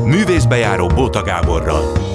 Művészbejáró Bóta Gáborral.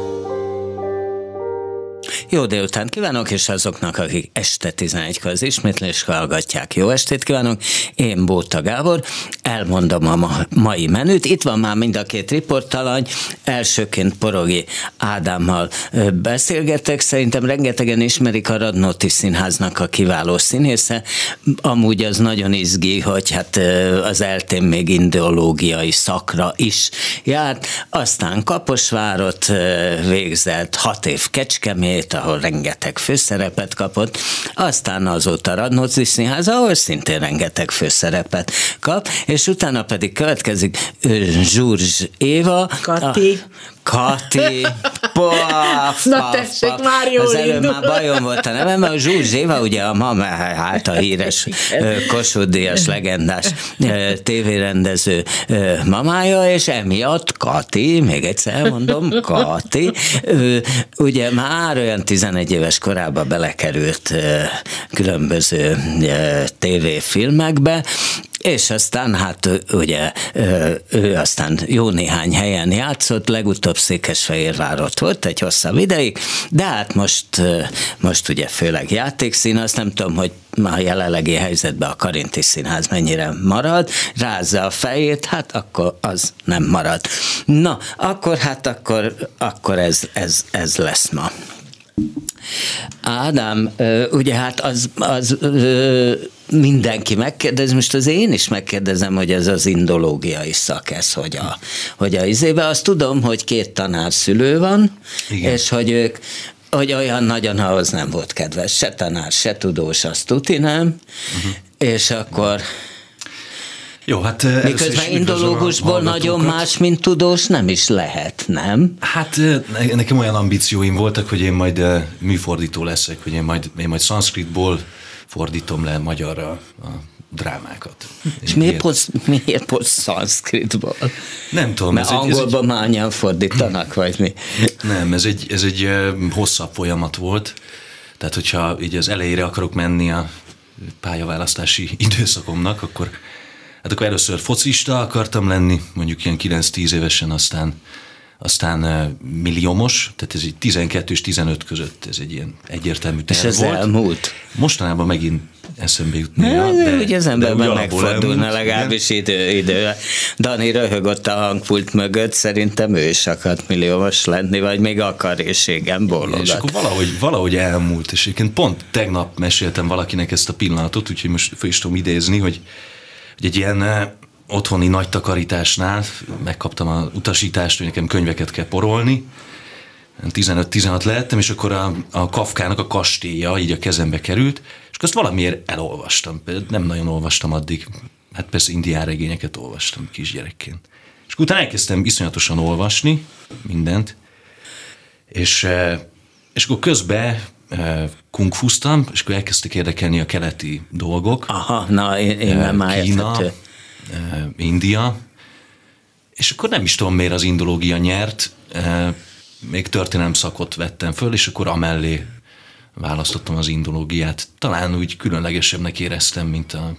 Jó délután kívánok, és azoknak, akik este 11-kor az ismétlést hallgatják, jó estét kívánok. Én Bóta Gábor, elmondom a mai menüt. Itt van már mind a két riportalany. Elsőként Porogi Ádámmal beszélgetek. Szerintem rengetegen ismerik a Radnóti Színháznak a kiváló színésze. Amúgy az nagyon izgi, hogy hát az eltén még ideológiai szakra is járt. Aztán Kaposvárot végzett, 6 év Kecskemét, ahol rengeteg főszerepet kapott, aztán azóta Radnóti Színház, ahol szintén rengeteg főszerepet kap, és utána pedig következik Zsurzs Éva. Kati, Na tessék, már jól az előbb már bajom volt a nevem, mert a Zsurzs Éva ugye a mama, hát a híres Kossuth Díjas legendás tévérendező mamája, és emiatt Kati, még egyszer mondom, Kati, ugye már olyan 11 éves korában belekerült különböző tévéfilmekbe, és aztán hát ugye ő aztán jó néhány helyen játszott, legutóbb Székesfehérvárot volt egy hosszabb ideig, de hát most ugye főleg játékszínház, nem tudom, hogy a jelenlegi helyzetben a Karinti Színház mennyire marad, rázza a fejét, hát akkor az nem marad. Na, akkor ez lesz ma. Ádám, ugye hát az mindenki megkérdez, most az én is megkérdezem, hogy ez az indológiai szak, ez hogy a izébe. Azt tudom, hogy 2 tanárszülő van, igen. És hogy olyan nagyon ahhoz nem volt kedves, se tanár, se tudós, azt tuti nem, és akkor... Jó, hát miközben indológusból nagyon más, mint tudós nem is lehet, nem? Hát nekem olyan ambícióim voltak, hogy én majd műfordító leszek, hogy én majd szanszkritból fordítom le magyarra a drámákat. És miért pont szanszkritból? Nem tudom. Mert angolban már annyian fordítanak, vagy mi? Nem, ez egy hosszabb folyamat volt. Tehát, hogyha így az elejére akarok menni a pályaválasztási időszakomnak, akkor először focista akartam lenni, mondjuk ilyen 9-10 évesen, aztán milliómos, tehát ez egy 12 és 15 között, ez egy ilyen egyértelmű terv volt. És ez elmúlt? Mostanában megint eszembe jutni. De ugye az emberben megfordulna legalábbis idő. Dani röhög ott a hangpult mögött, szerintem ő is akart milliómos lenni, vagy még akar, és igen, bólogat. És akkor valahogy elmúlt, és egyébként pont tegnap meséltem valakinek ezt a pillanatot, úgyhogy most föl is tudom idézni, hogy egy ilyen otthoni nagy takarításnál megkaptam az utasítást, hogy nekem könyveket kell porolni. 15-16 lehettem, és akkor a Kafkának a Kastélya így a kezembe került, és azt valamiért elolvastam. Nem nagyon olvastam addig. Hát persze indián regényeket olvastam kisgyerekként. És utána elkezdtem iszonyatosan olvasni mindent, és akkor közben kungfuztam, és akkor elkezdtek érdekelni a keleti dolgok. Aha, na én már Kína, India, és akkor nem is tudom, miért az indológia nyert, még történelem szakot vettem föl, és akkor amellé választottam az indológiát. Talán úgy különlegesebbnek éreztem, mint a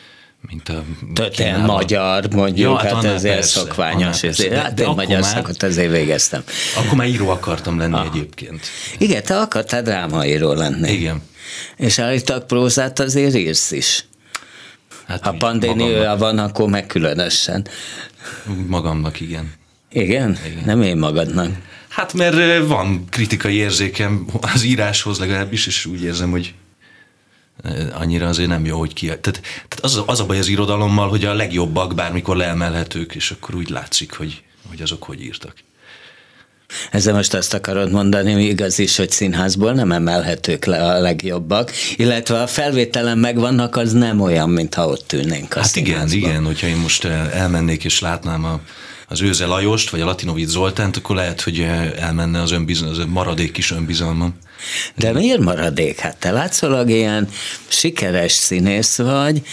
történelem magyar, mondjuk, hát ezért szokványos. Hát én magyar szakot ezért végeztem. Akkor már író akartam lenni egyébként. Igen, te akartál drámaíró lenni. Igen. És állítólag prózát azért írsz is. Hát ha pandémia van, akkor meg különösen. Magamnak, igen. Igen? Nem én magadnak. Hát mert van kritikai érzékem az íráshoz legalábbis, és úgy érzem, hogy annyira azért nem jó, hogy Tehát az a baj az irodalommal, hogy a legjobbak bármikor leemelhetők, és akkor úgy látszik, hogy azok hogy írtak. Ezzel most azt akarod mondani, hogy igaz is, hogy színházból nem emelhetők le a legjobbak, illetve a felvételen megvannak, az nem olyan, mintha ott ülnénk a hát színházban. Igen, hogyha én most elmennék és látnám az Őze Lajost, vagy a Latinovic Zoltánt, akkor lehet, hogy elmenne az maradék kis önbizalmam. De miért maradék? Hát te látszólag ilyen sikeres színész vagy,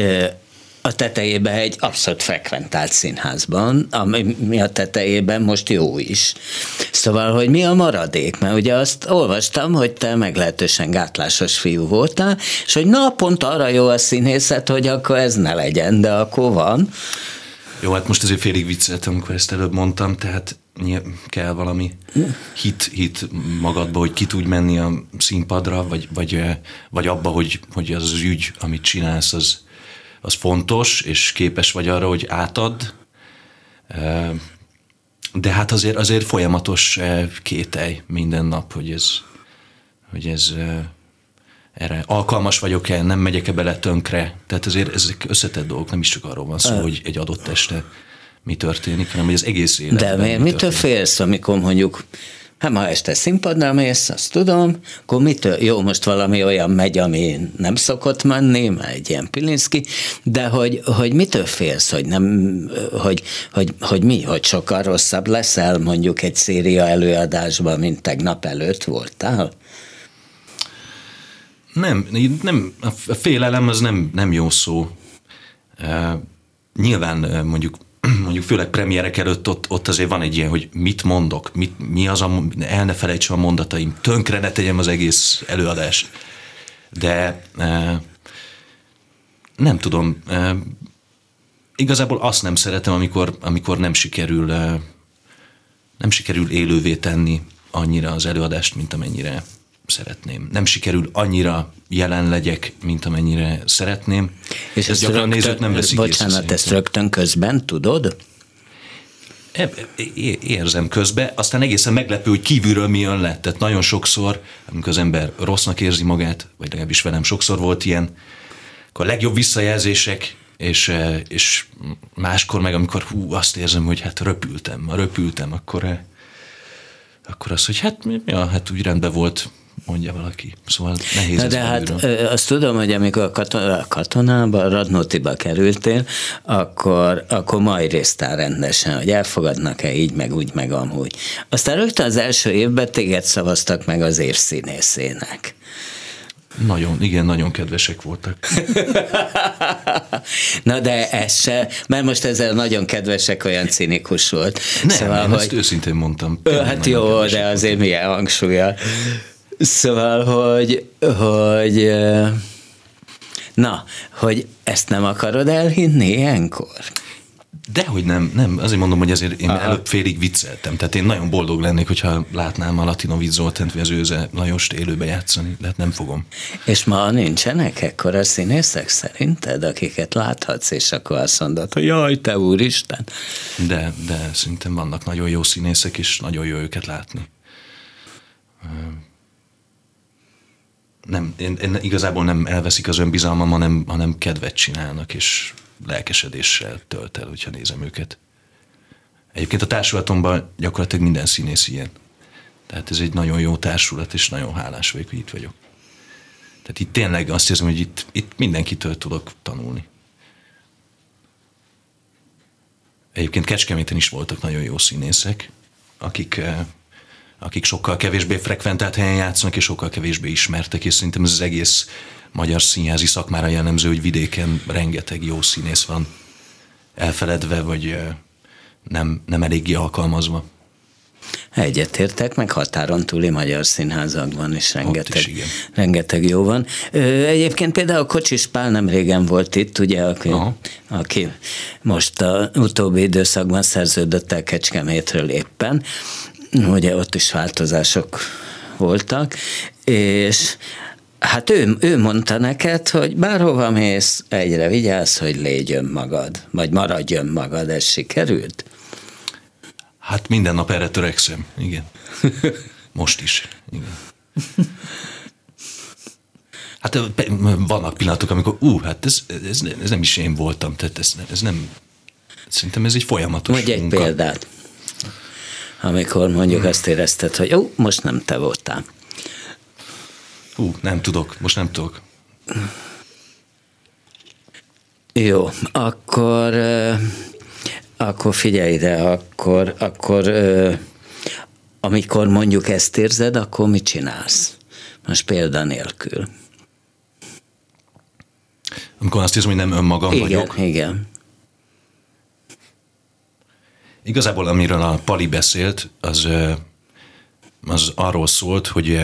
a tetejében egy abszolút frekventált színházban, ami a tetejében most jó is. Szóval, hogy mi a maradék? Mert ugye azt olvastam, hogy te meglehetősen gátlásos fiú voltál, és hogy pont arra jó a színészet, hogy akkor ez ne legyen, de akkor van. Jó, hát most azért félig vicceltem, amikor ezt előbb mondtam, tehát kell valami hit magadba, hogy ki tudj menni a színpadra, vagy abba, hogy az ügy, amit csinálsz, az fontos, és képes vagy arra, hogy átadd. De hát azért folyamatos kételj minden nap, hogy ez erre alkalmas vagyok-e, nem megyek-e bele tönkre. Tehát azért ezek összetett dolgok, nem is csak arról van szó, hogy egy adott este mi történik, hanem hogy az egész életben. De mitől félsz, amikor mondjuk, hát ma este színpadra mész, azt tudom, akkor mitől, jó, most valami olyan megy, ami nem szokott menni, már egy ilyen Pilinszki, de hogy mitől félsz, hogy nem, hogy mi, hogy sokkal rosszabb leszel mondjuk egy széria előadásban, mint tegnap előtt voltál? Nem, a félelem az nem jó szó. Nyilván mondjuk főleg premierek előtt ott azért van egy ilyen, hogy mit mondok, mi az, el ne felejtsem a mondataim, tönkre ne tegyem az egész előadást. De nem tudom, igazából azt nem szeretem, amikor nem sikerül élővé tenni annyira az előadást, mint amennyire szeretném. Nem sikerül annyira jelen legyek, mint amennyire szeretném. És ezt gyakran nézők nem veszik észre. Bocsánat, ezt rögtön közben tudod? Érzem közben, aztán egészen meglepő, hogy kívülről mi jön le. Tehát nagyon sokszor, amikor az ember rossznak érzi magát, vagy legalábbis velem sokszor volt ilyen, akkor a legjobb visszajelzések, és máskor meg, amikor azt érzem, hogy hát röpültem, akkor az, hogy hát úgy rendben volt, mondja valaki. Szóval nehéz ez. De hát azt tudom, hogy amikor a katonába, Radnótiba kerültél, akkor majrésztál rendesen, hogy elfogadnak-e így, meg úgy, meg amúgy. Aztán rögtön az első évben téged szavaztak meg az év színészének. Nagyon kedvesek voltak. Na de ez se, mert most ezzel nagyon kedvesek, olyan cinikus volt. Nem, szóval, én ezt őszintén mondtam. Hát jó, de azért milyen hangsúlya. Szóval, hogy ezt nem akarod elhinni ilyenkor? Dehogy nem. Azért mondom, hogy azért én előbb félig vicceltem. Tehát én nagyon boldog lennék, hogyha látnám a Latinovic Zoltánt vagy az Őze Lajost élőbe játszani, de hát nem fogom. És ma nincsenek ekkora színészek szerinted, akiket láthatsz, és akkor azt mondod, hogy jaj, te úristen. De szerintem vannak nagyon jó színészek, és nagyon jó őket látni. Én igazából nem elveszik az önbizalmam, hanem kedvet csinálnak, és lelkesedéssel tölt el, hogyha nézem őket. Egyébként a társulatomban gyakorlatilag minden színész ilyen. Tehát ez egy nagyon jó társulat, és nagyon hálás vagyok, hogy itt vagyok. Tehát itt tényleg azt érzem, hogy itt mindenkitől tudok tanulni. Egyébként Kecskeméten is voltak nagyon jó színészek, akik sokkal kevésbé frekventált helyen játszanak, és sokkal kevésbé ismertek, és szerintem ez az egész magyar színházi szakmára jellemző, hogy vidéken rengeteg jó színész van elfeledve, vagy nem eléggé alkalmazva. Egyetértek, meg határon túli magyar színházakban is rengeteg jó van. Egyébként például Kocsis Pál nem régen volt itt, ugye, aki most az utóbbi időszakban szerződött el Kecskemétről éppen, ugye ott is változások voltak, és hát ő mondta neked, hogy bárhova mész, egyre vigyázz, hogy légy önmagad, vagy maradj önmagad, ez sikerült? Hát minden nap erre törekszem, igen. Most is, igen. Hát vannak pillanatok, amikor hát ez nem is én voltam, tehát ez nem, szerintem ez egy folyamatos munka. Mondj egy példát, amikor mondjuk azt érezted, hogy most nem te voltál. Most nem tudok. Jó, akkor figyelj ide, akkor amikor mondjuk ezt érzed, akkor mit csinálsz? Most példa nélkül. Amikor azt érzem, hogy nem önmagam vagyok. Igen. Igazából amiről a Pali beszélt, az arról szólt, hogy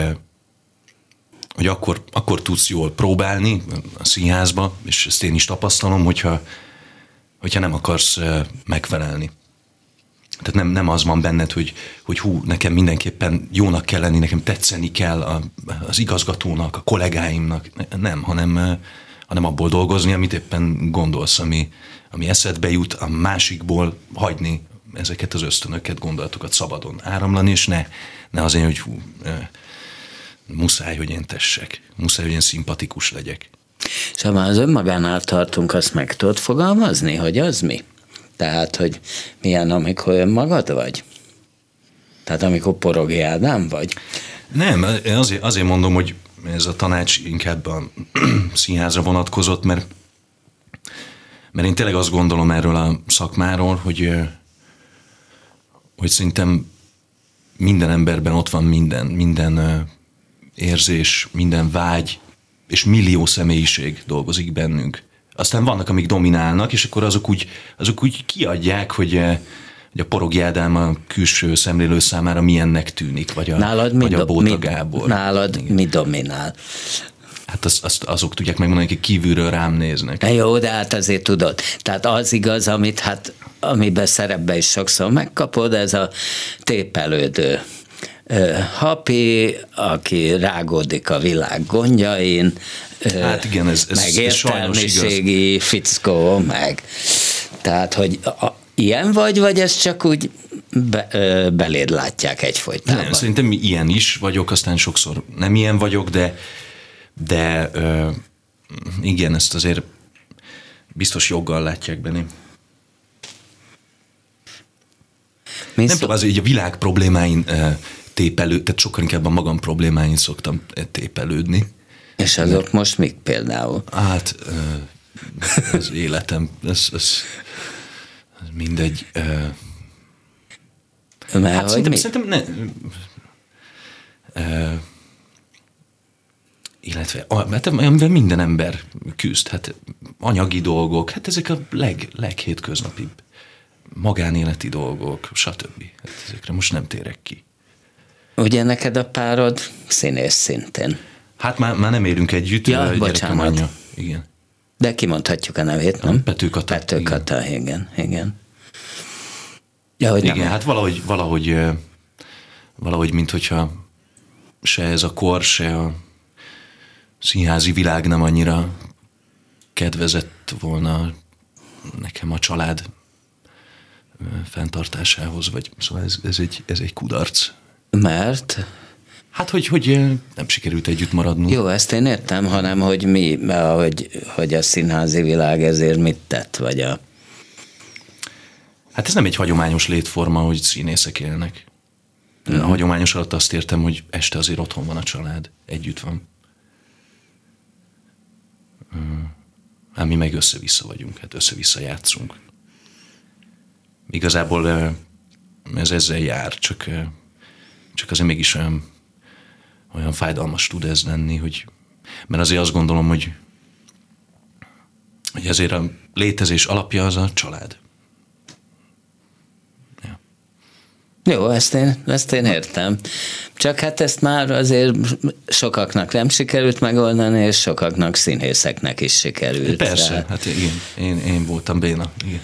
akkor tudsz jól próbálni a színházba, és ezt én is tapasztalom, hogyha hogyha nem akarsz megfelelni. Tehát nem az van benned, hogy hú, nekem mindenképpen jónak kell lenni, nekem tetszeni kell az igazgatónak, a kollégáimnak. Nem, hanem abból dolgozni, amit éppen gondolsz, ami eszedbe jut, a másikból hagyni ezeket az ösztönöket, gondolatokat szabadon áramlani, és ne azért, hogy hú, muszáj, hogy én tessek, muszáj, hogy én szimpatikus legyek. És ha már az önmagánál tartunk, azt meg tudod fogalmazni, hogy az mi? Tehát, hogy milyen, amikor önmagad vagy? Tehát, amikor Porogi Ádám vagy? Nem, azért mondom, hogy ez a tanács inkább a színházra vonatkozott, mert én tényleg azt gondolom erről a szakmáról, hogy szerintem minden emberben ott van minden érzés, minden vágy, és millió személyiség dolgozik bennünk. Aztán vannak, amik dominálnak, és akkor azok úgy kiadják, hogy a Porogi Ádám a külső szemlélő számára milyennek tűnik, vagy a Bóta Gábor. Nálad mi dominál? Hát azok tudják megmondani, akik kívülről rám néznek. Jó, de hát azért tudod. Tehát az igaz, amiben szerepbe is sokszor megkapod, ez a tépelődő hapi, aki rágódik a világ gondjain, hát igen, ez meg értelmiségi fickó, meg. Tehát, hogy ilyen vagy ez csak úgy beléd látják egyfolytában? Nem, szerintem ilyen is vagyok, aztán sokszor nem ilyen vagyok, de igen, ezt azért biztos joggal látják benni. Nem tudom, az így a világ problémáin tehát sokkal inkább a magam problémáin szoktam tépelődni. És azok most mik például? Hát az életem, ez mindegy. Hát szerintem illetve amivel minden ember küzd, hát anyagi dolgok, hát ezek a leghétköznapibb magánéleti dolgok, stb. Hát ezekre most nem térek ki. Ugye neked a párod színész szintén? Hát már nem érünk együtt. Ja, bocsánat. Igen. De kimondhatjuk a nevét, nem? Pető Kata. Pető Kata, igen. Ja, hogy igen, nem. Hát valahogy minthogyha se ez a kor, se a színházi világ nem annyira kedvezett volna nekem a család fenntartásához, vagy szóval ez egy kudarc. Mert? Hát, hogy nem sikerült együtt maradnunk. Jó, ezt én értem, hanem hogy hogy a színházi világ ezért mit tett, vagy a... Hát ez nem egy hagyományos létforma, hogy színészek élnek. A hagyományos alatt azt értem, hogy este azért otthon van a család, együtt van. Hát mi meg össze-vissza vagyunk, hát össze-vissza játszunk. Igazából ez ezzel jár, csak azért mégis olyan fájdalmas tud ez lenni, mert azért azt gondolom, hogy azért a létezés alapja az a család. Ja. Jó, ezt én értem. Csak hát ezt már azért sokaknak nem sikerült megoldani, és sokaknak színészeknek is sikerült. Persze, hát igen, én voltam béna. Igen.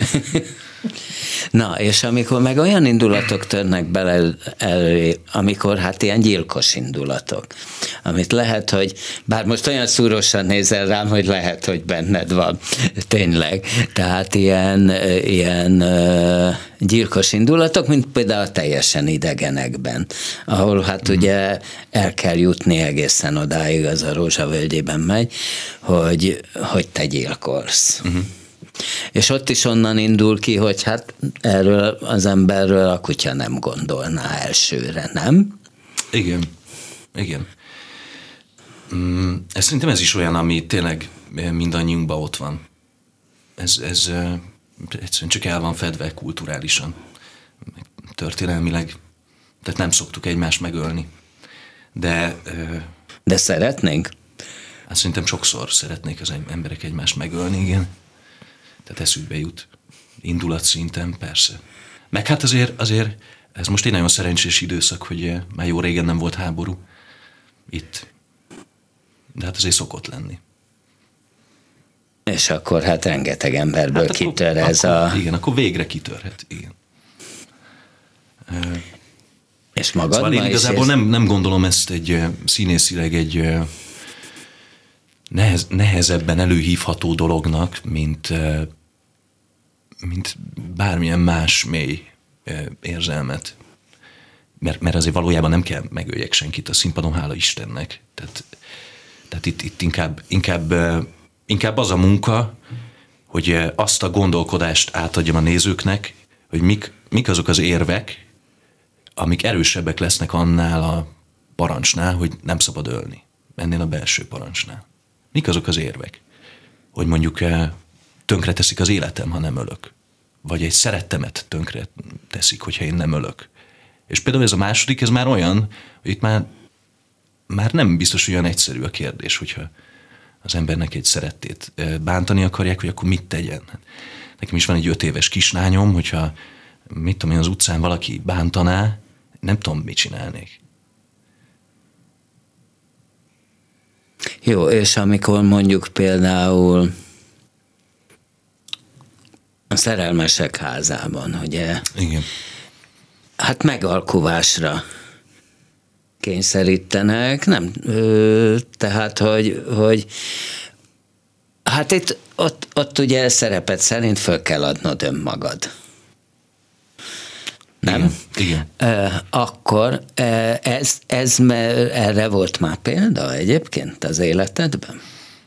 Na, és amikor meg olyan indulatok törnek bele elé, amikor hát ilyen gyilkos indulatok, amit lehet, hogy bár most olyan szúrósan nézel rám, hogy lehet, hogy benned van, tényleg. Tehát ilyen gyilkos indulatok, mint például a Teljesen idegenekben, ahol hát ugye el kell jutni egészen odáig, az a Rózsavölgyében megy, hogy te gyilkolsz. És ott is onnan indul ki, hogy hát erről az emberről a kutya nem gondolná elsőre, nem? Igen. Szerintem ez is olyan, ami tényleg mindannyiunkban ott van. Ez egyszerűen csak el van fedve kulturálisan, történelmileg. Tehát nem szoktuk egymást megölni. De szeretnénk? Hát szerintem sokszor szeretnék az emberek egymást megölni, igen. Tehát eszükbe jut. Indulatszinten, persze. Meg hát azért ez most egy nagyon szerencsés időszak, hogy már jó régen nem volt háború itt. De hát azért szokott lenni. És akkor hát rengeteg emberből kitör ez a... Igen, akkor végre kitörhet, igen. És magad szóval én igazából is nem gondolom ezt egy színészileg egy nehezebben előhívható dolognak, mint bármilyen más mély érzelmet. Mert azért valójában nem kell megöljek senkit a színpadon, hála Istennek. Tehát itt inkább az a munka, hogy azt a gondolkodást átadjam a nézőknek, hogy mik azok az érvek, amik erősebbek lesznek annál a parancsnál, hogy nem szabad ölni. Ennél a belső parancsnál. Mik azok az érvek? Hogy mondjuk tönkre teszik az életem, ha nem ölök. Vagy egy szerettemet tönkre teszik, hogyha én nem ölök. És például ez a második, ez már olyan, hogy itt már nem biztos, hogy olyan egyszerű a kérdés, hogyha az embernek egy szerettét bántani akarják, hogy akkor mit tegyen. Nekem is van egy 5 éves kislányom, hogyha mit tudom én, az utcán valaki bántaná, nem tudom, mit csinálnék. Jó, és amikor mondjuk például a Szerelmesek házában, ugye? Igen. Hát megalkuvásra kényszerítenek, nem, tehát, hogy hát itt, ott ugye szerepet szerint föl kell adnod önmagad. Nem? Igen. Akkor erre volt már példa egyébként az életedben?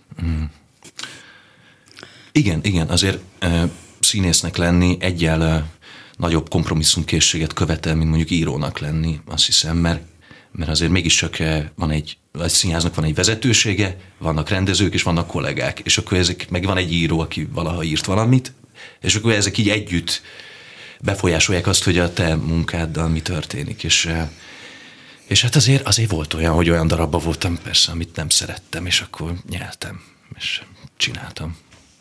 Igen, azért színésznek lenni egyel nagyobb kompromisszumkészséget követel, mint mondjuk írónak lenni, azt hiszem, mert azért mégiscsak egy színháznak van egy vezetősége, vannak rendezők és vannak kollégák, és akkor ezek, meg van egy író, aki valaha írt valamit, és akkor ezek így együtt befolyásolják azt, hogy a te munkáddal mi történik, és hát azért volt olyan, hogy olyan darabban voltam, persze, amit nem szerettem, és akkor nyeltem, és csináltam.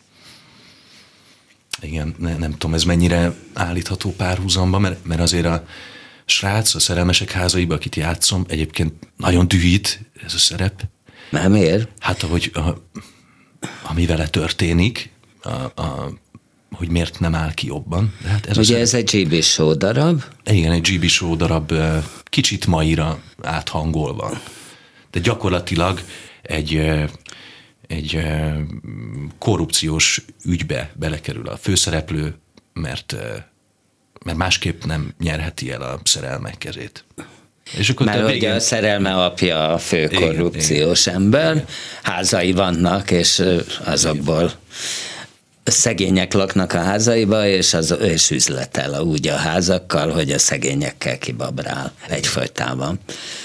Igen, nem tudom, ez mennyire állítható párhuzamba, mert azért a srác a Szerelmesek házaiba, akit játszom, egyébként nagyon dühít ez a szerep. Nem miért? Hát ahogy ami vele történik, hogy miért nem áll ki jobban. De hát ugye ez egy GB show darab? Igen, egy GB show darab, kicsit maira áthangolva. De gyakorlatilag egy korrupciós ügybe belekerül a főszereplő, mert másképp nem nyerheti el a szerelmek kezét. És akkor mert ugye a szerelme apja a fő korrupciós ember, házai vannak, és azokból szegények laknak a házaiba, és üzletel úgy a házakkal, hogy a szegényekkel kibabrál egyfajtában.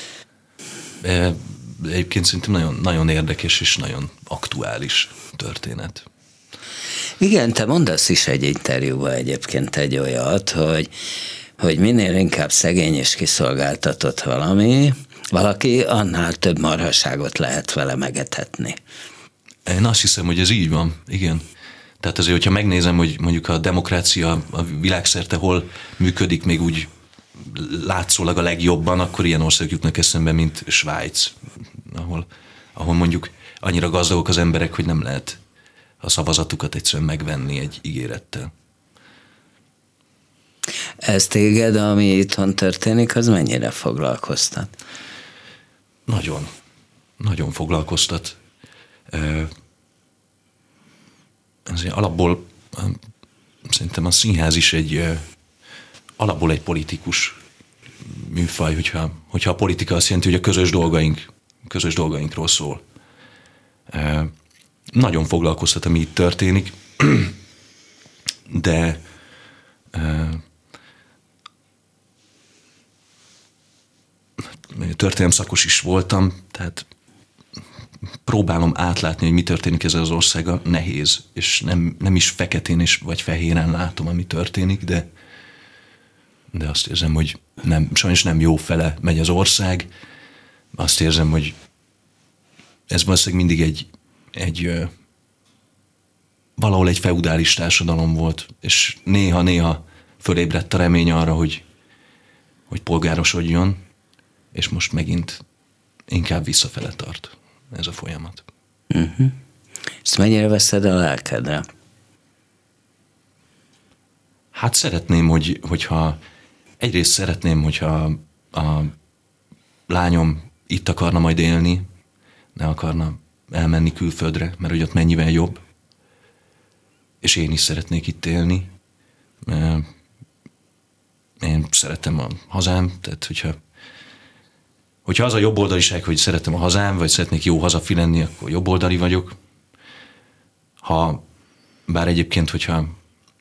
Egyébként szerintem nagyon, nagyon érdekes és nagyon aktuális történet. Igen, te mondasz is egy interjúban egyébként egy olyat, hogy minél inkább szegény és kiszolgáltatott valaki, annál több marhaságot lehet vele megetetni. Én azt hiszem, hogy ez így van, igen. Tehát azért, hogyha megnézem, hogy mondjuk a demokrácia a világszerte hol működik még úgy látszólag a legjobban, akkor ilyen országok jutnak eszembe, mint Svájc, ahol mondjuk annyira gazdagok az emberek, hogy nem lehet a szavazatukat egyszerűen megvenni egy ígérettel. Ez téged, ami itthon történik, az mennyire foglalkoztat? Nagyon. Nagyon foglalkoztat. Azért alapból szerintem a színház is alapból egy politikus műfaj, hogyha a politika azt jelenti, hogy a közös dolgainkról szól. Nagyon foglalkoztat, ami itt történik, de történelemszakos is voltam, tehát próbálom átlátni, hogy mi történik ezzel az országgal, nehéz, és nem is feketén vagy fehéren látom, ami történik, de azt érzem, hogy sajnos nem jó fele megy az ország. Azt érzem, hogy ez valószínűleg mindig valahol egy feudális társadalom volt, és néha fölébredt a remény arra, hogy polgárosodjon, és most megint inkább visszafele tart ez a folyamat. Uh-huh. Ezt mennyire veszed a lelkedre? Hát szeretném, hogyha egyrészt szeretném, hogyha a lányom itt akarna majd élni, ne akarna elmenni külföldre, mert hogy ott mennyivel jobb. És én is szeretnék itt élni. Én szeretem a hazám, tehát hogyha az a jobboldaliság, hogy szeretem a hazám, vagy szeretnék jó hazafi lenni, akkor jobboldali vagyok. Bár egyébként, hogyha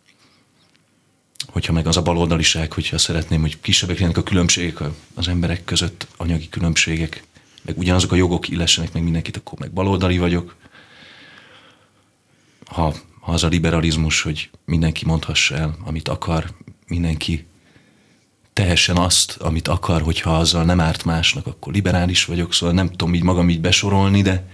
meg az a baloldaliság, hogyha szeretném, hogy kisebbek legyenek a különbségek az emberek között, anyagi különbségek, meg ugyanazok a jogok illessenek meg mindenkit, akkor meg baloldali vagyok. Ha az a liberalizmus, hogy mindenki mondhassa el, amit akar, mindenki tehessen azt, amit akar, hogyha azzal nem árt másnak, akkor liberális vagyok, szóval nem tudom így magam így besorolni, de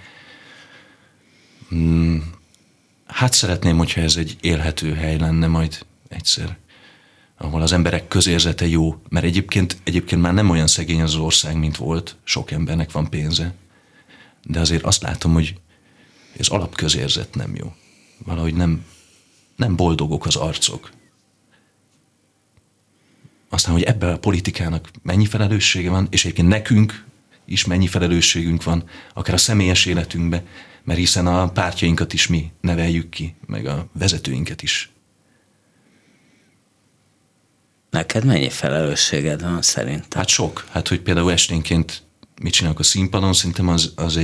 hát szeretném, hogyha ez egy élhető hely lenne majd egyszer, ahol az emberek közérzete jó, mert egyébként már nem olyan szegény az ország, mint volt, sok embernek van pénze, de azért azt látom, hogy az alapközérzet nem jó. Valahogy nem boldogok az arcok. Aztán, hogy ebben a politikának mennyi felelőssége van, és egyébként nekünk is mennyi felelősségünk van, akár a személyes életünkbe, mert hiszen a pártjainkat is mi neveljük ki, meg a vezetőinket is. Neked mennyi felelősséged van szerintem? Hát sok. Hát, hogy például esténként mit csinálok a színpadon, szerintem az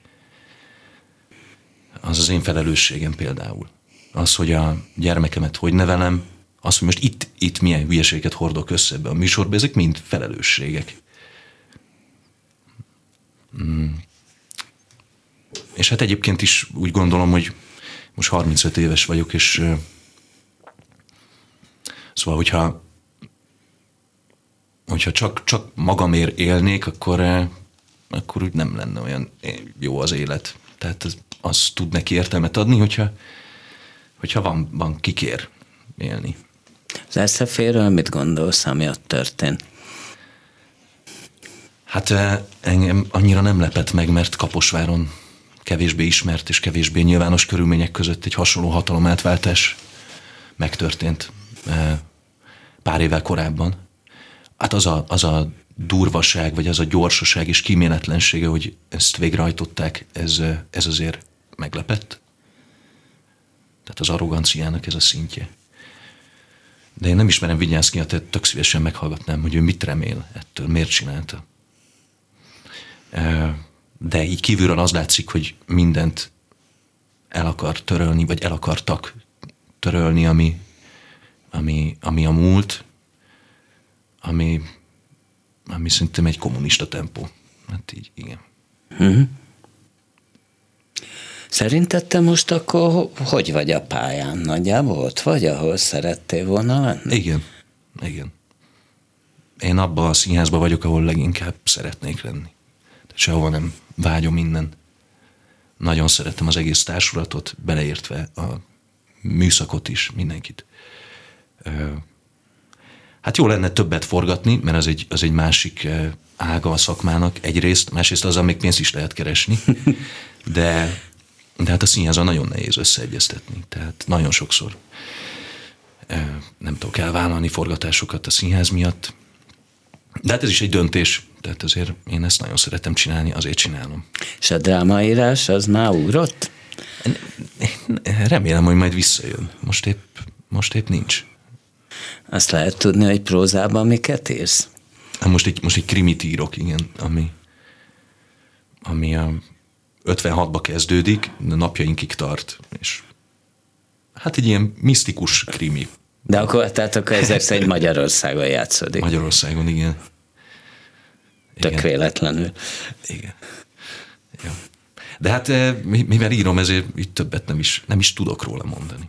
az én felelősségem például. Az, hogy a gyermekemet hogy nevelem, az, hogy most itt milyen hülyeséget hordok össze ebbe a műsorba, ezek mind felelősségek. És hát egyébként is úgy gondolom, hogy most 35 éves vagyok, és szóval, hogyha csak magamért élnék, akkor úgy nem lenne olyan jó az élet. Tehát az tud neki értelmet adni, hogyha van kikér élni. Az SZF-ről mit gondolsz, ami ott történt? Hát engem annyira nem lepett meg, mert Kaposváron kevésbé ismert és kevésbé nyilvános körülmények között egy hasonló hatalomátváltás megtörtént pár évvel korábban. Hát az a durvaság, vagy az a gyorsaság és kíméletlensége, hogy ezt végrehajtották, ez azért meglepett. Tehát az arroganciának ez a szintje. De én nem ismerem Vinyánszkijat, tehát tök szívesen meghallgatnám, hogy ő mit remél ettől, miért csinálta. De így kívülről az látszik, hogy mindent el akar törölni, vagy el akartak törölni, ami a múlt, ami szerintem egy kommunista tempó. Hát így, igen. Szerinted te most akkor hogy vagy a pályán? Nagyjából ott vagy, ahol szerettél volna lenni? Igen. Én abban a színházban vagyok, ahol leginkább szeretnék lenni. Tehát sehova nem vágyom innen. Nagyon szeretem az egész társulatot, beleértve a műszakot is, mindenkit. Hát jó lenne többet forgatni, mert az egy másik ága a szakmának egyrészt, másrészt azzal még pénzt is lehet keresni, de hát a színházal nagyon nehéz összeegyeztetni, tehát nagyon sokszor nem tudok elvállalni forgatásokat a színház miatt. De hát ez is egy döntés, tehát azért én ezt nagyon szeretem csinálni, azért csinálom. És a drámaírás az már ugrott? Remélem, hogy majd visszajön. Most épp nincs. Azt lehet tudni, hogy prózában miket írsz? Most egy krimit írok, igen, ami a 56-ba kezdődik, napjainkig tart, és hát egy ilyen misztikus krimi. De akkor ezek szerint Magyarországon játszódik. Magyarországon, igen. Tök véletlenül. Igen. Ja. De hát mivel írom, ezért így többet nem is tudok róla mondani.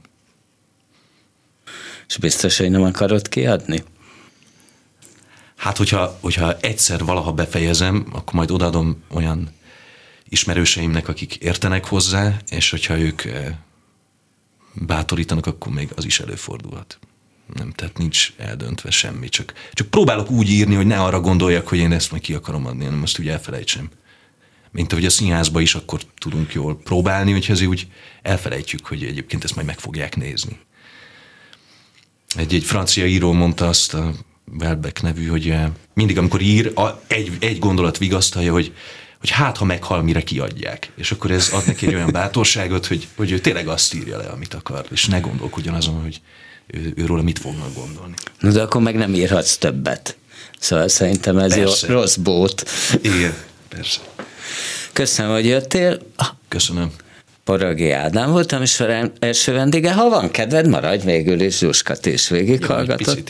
És biztos, hogy nem akarod kiadni? Hát, hogyha egyszer valaha befejezem, akkor majd odaadom olyan ismerőseimnek, akik értenek hozzá, és hogyha ők bátorítanak, akkor még az is előfordulhat. Nem, tehát nincs eldöntve semmi, csak próbálok úgy írni, hogy ne arra gondoljak, hogy én ezt majd ki akarom adni, hanem azt úgy elfelejtsem. mint ahogy a színházba is akkor tudunk jól próbálni, hogyha azért úgy elfelejtjük, hogy egyébként ezt majd meg fogják nézni. Egy francia író mondta azt, a Welbeck nevű, hogy mindig, amikor ír, egy gondolat vigasztalja, hogy hát, ha meghal, mire kiadják. És akkor ez ad neki egy olyan bátorságot, hogy ő tényleg azt írja le, amit akar, és ne gondolkodjon azon, hogy őről mit fognak gondolni. De akkor meg nem írhatsz többet. Szóval szerintem ez jó, rossz bót. Igen, persze. Köszönöm, hogy jöttél. Köszönöm. Poragi Ádám volt, a műsor első vendége. Ha van kedved, maradj végül is, Zsuskat is végighallgatott.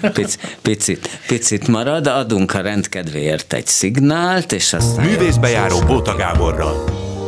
Picit marad, adunk a rendkedvéért egy szignált, és aztán... Művészbejáró Bóta Gáborral.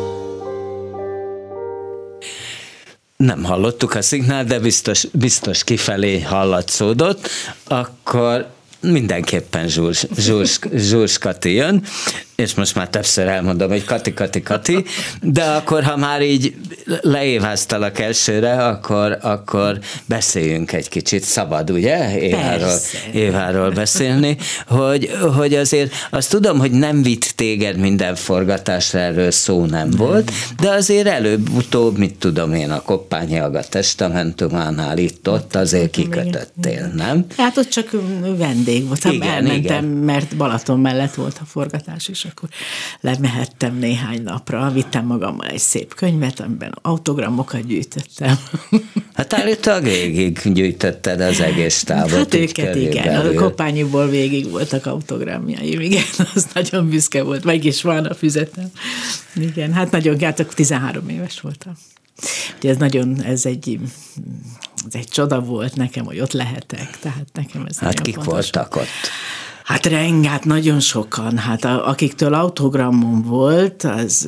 Nem hallottuk a szignált, de biztos kifelé hallatszódott, akkor mindenképpen Zsús Kati jön, és most már többször elmondom, hogy Kati, de akkor, ha már így leéváztalak elsőre, akkor beszéljünk egy kicsit, szabad, ugye? Éváról beszélni, hogy azért azt tudom, hogy nem vitt téged minden forgatásra, erről szó nem volt, de azért előbb-utóbb, mit tudom én, a Koppányi Aga Testamentumánál itt-ott azért kikötöttél, nem? Hát ott csak vendég voltam, elmentem, mert Balaton mellett volt a forgatás, és akkor lemehettem néhány napra, vittem magammal egy szép könyvet, amiben autogramokat gyűjtöttem. Hát állítólag végig gyűjtötted az egész távot. Hát őket igen, a Koppányiból végig voltak autogramjaim, igen, az nagyon büszke volt, meg is van a füzetem. Igen, hát nagyon, hát 13 éves voltam. Ugye ez egy csoda volt nekem, hogy ott lehetek, tehát nekem ez hát kik fontos. Voltak ott? Hát nagyon sokan, hát akiktől autogramom volt, az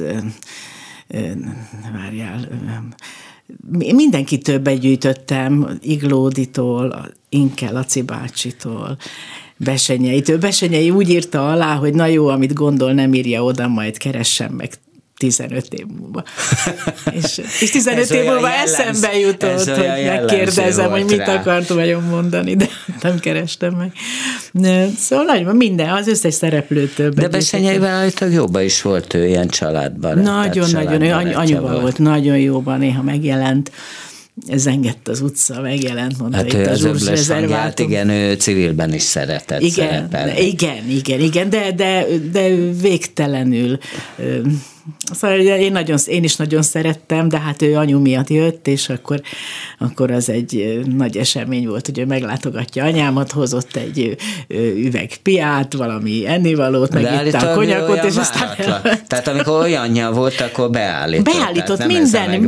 várjál, mindenkitől begyűjtöttem, Iglóditól, Inke Laci bácsitól, Besenyeitől. Besenyei úgy írta alá, hogy na jó, amit gondol, nem írja oda, majd keressen meg 15 év múlva. És 15 év múlva eszembe jutott, hogy megkérdezem, hogy mit akartam nagyon mondani, de nem kerestem meg. Szóval nagyon, minden, az összes szereplőtől. De Besenyeivel állítólag jóban is volt ő, ilyen családban. Nagyon, anyuval volt, nagyon jóban, néha megjelent. Zengett az utca, megjelent, mondta hát itt az Zsús rezervátum. Igen, ő civilben is szeretett szerepelni. Igen, de végtelenül. Szóval én is nagyon szerettem, de hát ő anyu miatt jött, és akkor az egy nagy esemény volt, hogy ő meglátogatja anyámat, hozott egy üveg piát, valami ennivalót, megitta a konyakot, és aztán... Tehát amikor olyanja volt, akkor beállított minden.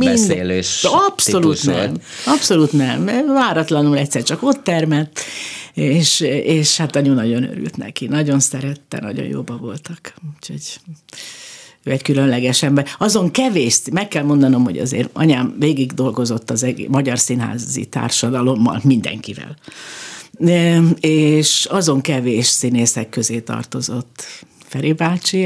Abszolút nem. Váratlanul egyszer csak ott termett, és hát anyu nagyon örült neki, nagyon szerette, nagyon jóba voltak. Úgyhogy ő egy különleges ember. Azon kevés, meg kell mondanom, hogy azért anyám végig dolgozott az magyar színházi társadalommal, mindenkivel. És azon kevés színészek közé tartozott Feri bácsi,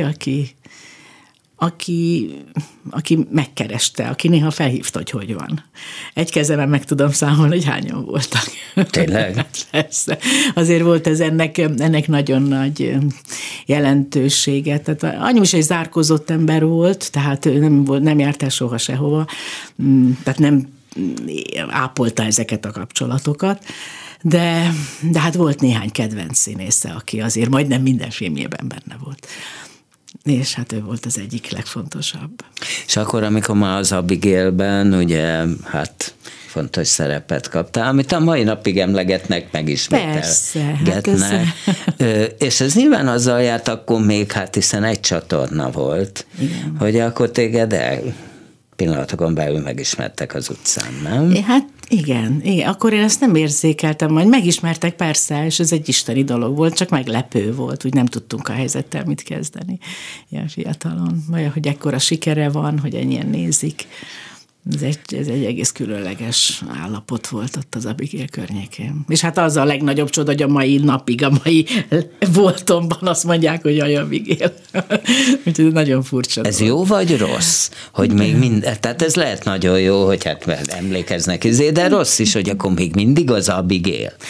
aki megkereste, aki néha felhívta, hogy van. Egy kezemben meg tudom számolni, hogy hányan voltak. Tényleg? Persze. Azért volt ez ennek nagyon nagy jelentősége. Tehát anyum is egy zárkózott ember volt, tehát nem járt el soha sehova, tehát nem ápolta ezeket a kapcsolatokat. De hát volt néhány kedvenc színésze, aki azért majdnem minden filmjében benne volt. És hát ő volt az egyik legfontosabb. És akkor, amikor már az Abigailben, ugye, hát fontos szerepet kaptál, amit a mai napig emlegetnek, megismételgetnek. És ez nyilván azzal járt akkor még, hát hiszen egy csatorna volt, igen, hogy akkor téged pillanatokon belül megismertek az utcán, nem? Hát igen, akkor én ezt nem érzékeltem, majd megismertek persze, és ez egy isteni dolog volt, csak meglepő volt, úgy nem tudtunk a helyzettel mit kezdeni ilyen fiatalon. Vagy hogy ekkora sikere van, hogy ennyien nézik. Ez egy egész különleges állapot volt ott az Abigail környékén. És hát az a legnagyobb csoda, hogy a mai napig, a mai voltomban azt mondják, hogy jaj, Abigail. Úgyhogy nagyon furcsa. Ez jó vagy rossz? Hogy még tehát ez lehet nagyon jó, hogy hát emlékeznek, de rossz is, hogy akkor még mindig az Abigail.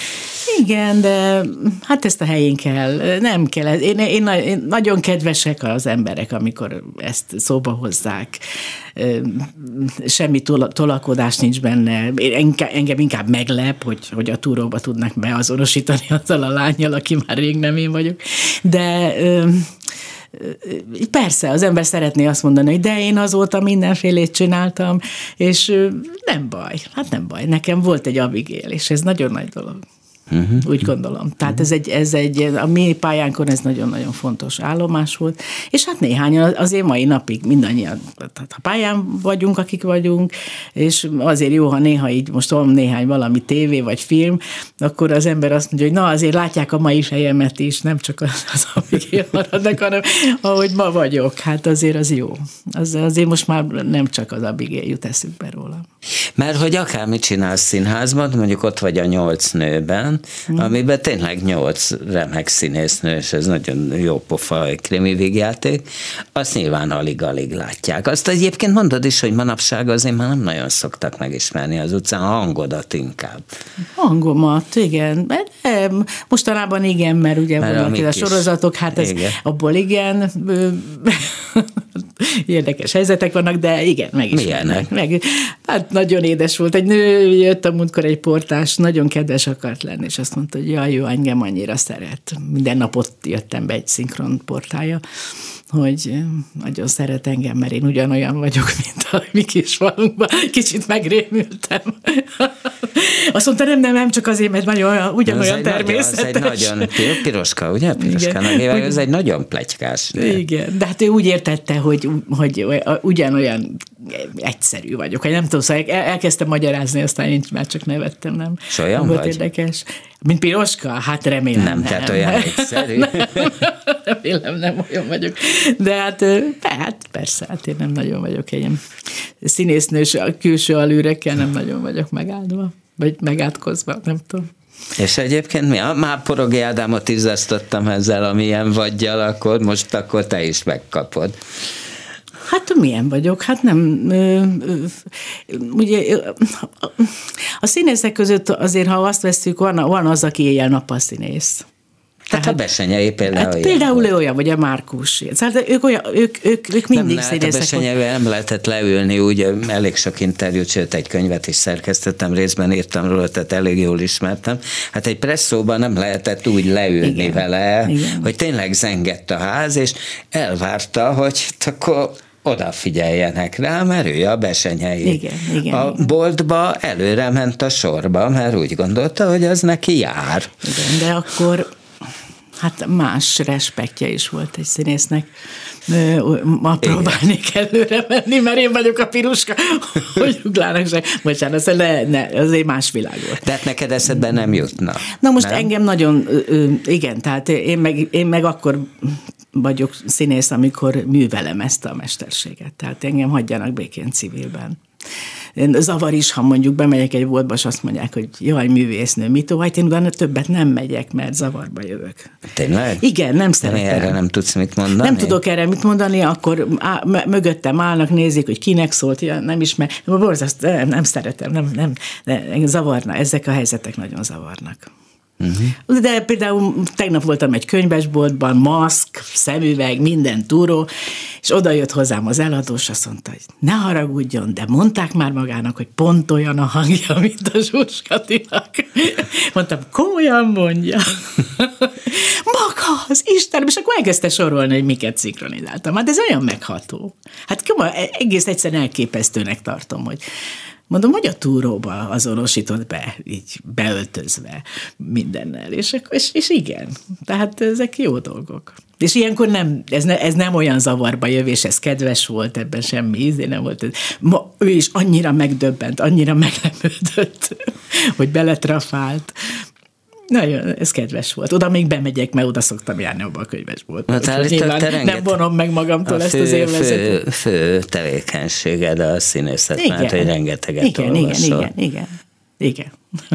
Igen, de hát ezt a helyén kell, nem kell. Én nagyon kedvesek az emberek, amikor ezt szóba hozzák. Semmi tolakodás nincs benne. Engem inkább meglep, hogy a túróba tudnak beazonosítani azzal a lánnyal, aki már rég nem én vagyok. De persze, az ember szeretné azt mondani, hogy de én azóta mindenfélét csináltam, és nem baj, hát nem baj. Nekem volt egy Abigail, és ez nagyon nagy dolog. Úgy gondolom. Tehát ez egy, a mi pályánkon ez nagyon-nagyon fontos állomás volt, és hát néhányan azért mai napig mindannyian, tehát ha pályán vagyunk, akik vagyunk, és azért jó, ha néha így most van néhány valami tévé vagy film, akkor az ember azt mondja, hogy na azért látják a mai fejemet is, nem csak az Abigail maradnak, hanem ahogy ma vagyok, hát azért az jó. Azért most már nem csak az Abigail jut eszükbe róla. Mert hogy akármit csinálsz színházban, mondjuk ott vagy a 8 nőben, amiben tényleg 8 remek színésznő, és ez nagyon jó pofa krimi vígjáték, azt nyilván alig-alig látják. Azt egyébként mondod is, hogy manapság azért már nem nagyon szoktak megismerni az utcán, a hangodat inkább. Hangomat, igen. Mostanában igen, mert ugye vannak a sorozatok, hát ez abból igen, érdekes helyzetek vannak, de igen, megismernek. Hát nagyon édes volt. Egy nő jött a múltkor, egy portás, nagyon kedves akart lenni, és azt mondta, hogy jaj, jó, engem annyira szeret. Minden nap ott jöttem be egy szinkron portája, hogy nagyon szeret engem, mert én ugyanolyan vagyok, mint a mi kis falunkban. Kicsit megrémültem. Azt mondta, nem, csak azért, mert ugyanolyan természetes. Ez egy nagyon Piroska, ugye? Piroskának hívják, ez egy nagyon pletykás. Igen, de hát ő úgy értette, hogy ugyanolyan egyszerű vagyok. Nem tudom, szóval elkezdtem magyarázni, aztán én már csak nevettem, nem? És olyan volt vagy? Érdekes. Mint Piroska? Hát remélem nem. Tehát olyan egyszerű. Remélem nem olyan vagyok. De hát persze, hát én nem nagyon vagyok ilyen színésznős, külső alűrekkel nem nagyon vagyok megáldva, vagy megátkozva, nem tudom. És egyébként már Porogi Ádámot izzasztottam ezzel, amilyen vagyjal, akkor te is megkapod. Hát milyen vagyok? Hát nem. Ugye a színészek között azért, ha azt vesszük, van az, aki éjjel-nappal színész. Tehát a Bessenyei például olyan. Például ő olyan, vagy a Márkus. Tehát ők mindig színészek. A Bessenyeivel nem lehetett leülni, úgy elég sok interjút, sőt egy könyvet is szerkesztettem, részben írtam róla, tehát elég jól ismertem. Hát egy presszóban nem lehetett úgy leülni vele, hogy tényleg zengett a ház, és elvárta, hogy akkor odafigyeljenek rá, mert ő a Bessenyei. Igen. A boltba előre ment a sorba, mert úgy gondolta, hogy az neki jár. Igen, de akkor hát más respektje is volt egy színésznek. Ma próbálnék előre menni, mert én vagyok a Piroska, hogy uglának se. Bocsánat, azért más világ volt. Tehát neked eszedben nem jutna. Na most nem? Engem nagyon, igen, tehát én meg akkor vagyok színész, amikor művelem ezt a mesterséget. Tehát engem hagyjanak békén civilben. Zavar is, ha mondjuk bemegyek egy boltba, és azt mondják, hogy jaj, művésznő, mit hát én utána többet nem megyek, mert zavarba jövök. Tényleg? Igen, nem szeretem. Erre nem tudsz mit mondani? Nem tudok erre mit mondani, akkor mögöttem állnak, nézik, hogy kinek szólt, ja, nem ismer. Nem szeretem, nem zavarna, ezek a helyzetek nagyon zavarnak. De például tegnap voltam egy könyvesboltban, maszk, szemüveg, minden túró, és oda jött hozzám az eladó, és azt mondta, hogy ne haragudjon, de mondták már magának, hogy pont olyan a hangja, mint a Zsuzs Katinak. Mondtam, komolyan mondja. Maga, az Istenem, és akkor elkezdte sorolni, hogy miket szinkronizáltam. Hát ez olyan megható. Hát egész egyszerűen elképesztőnek tartom, hogy mondom, hogy a túróba azonosított be, így beöltözve mindennel, és igen, tehát ezek jó dolgok. És ilyenkor ez nem olyan zavarba jövés, ez kedves volt, ebben semmi ízé nem volt. Ma ő is annyira megdöbbent, annyira meglepődött, hogy beletrafált. Nagyon, ez kedves volt. Oda még bemegyek, mert oda szoktam járni abba a könyvesboltba. Nem vonom meg magamtól ezt az élvezetet. Fő tevékenységed a színészet, mert hogy rengeteget olvasol. Igen.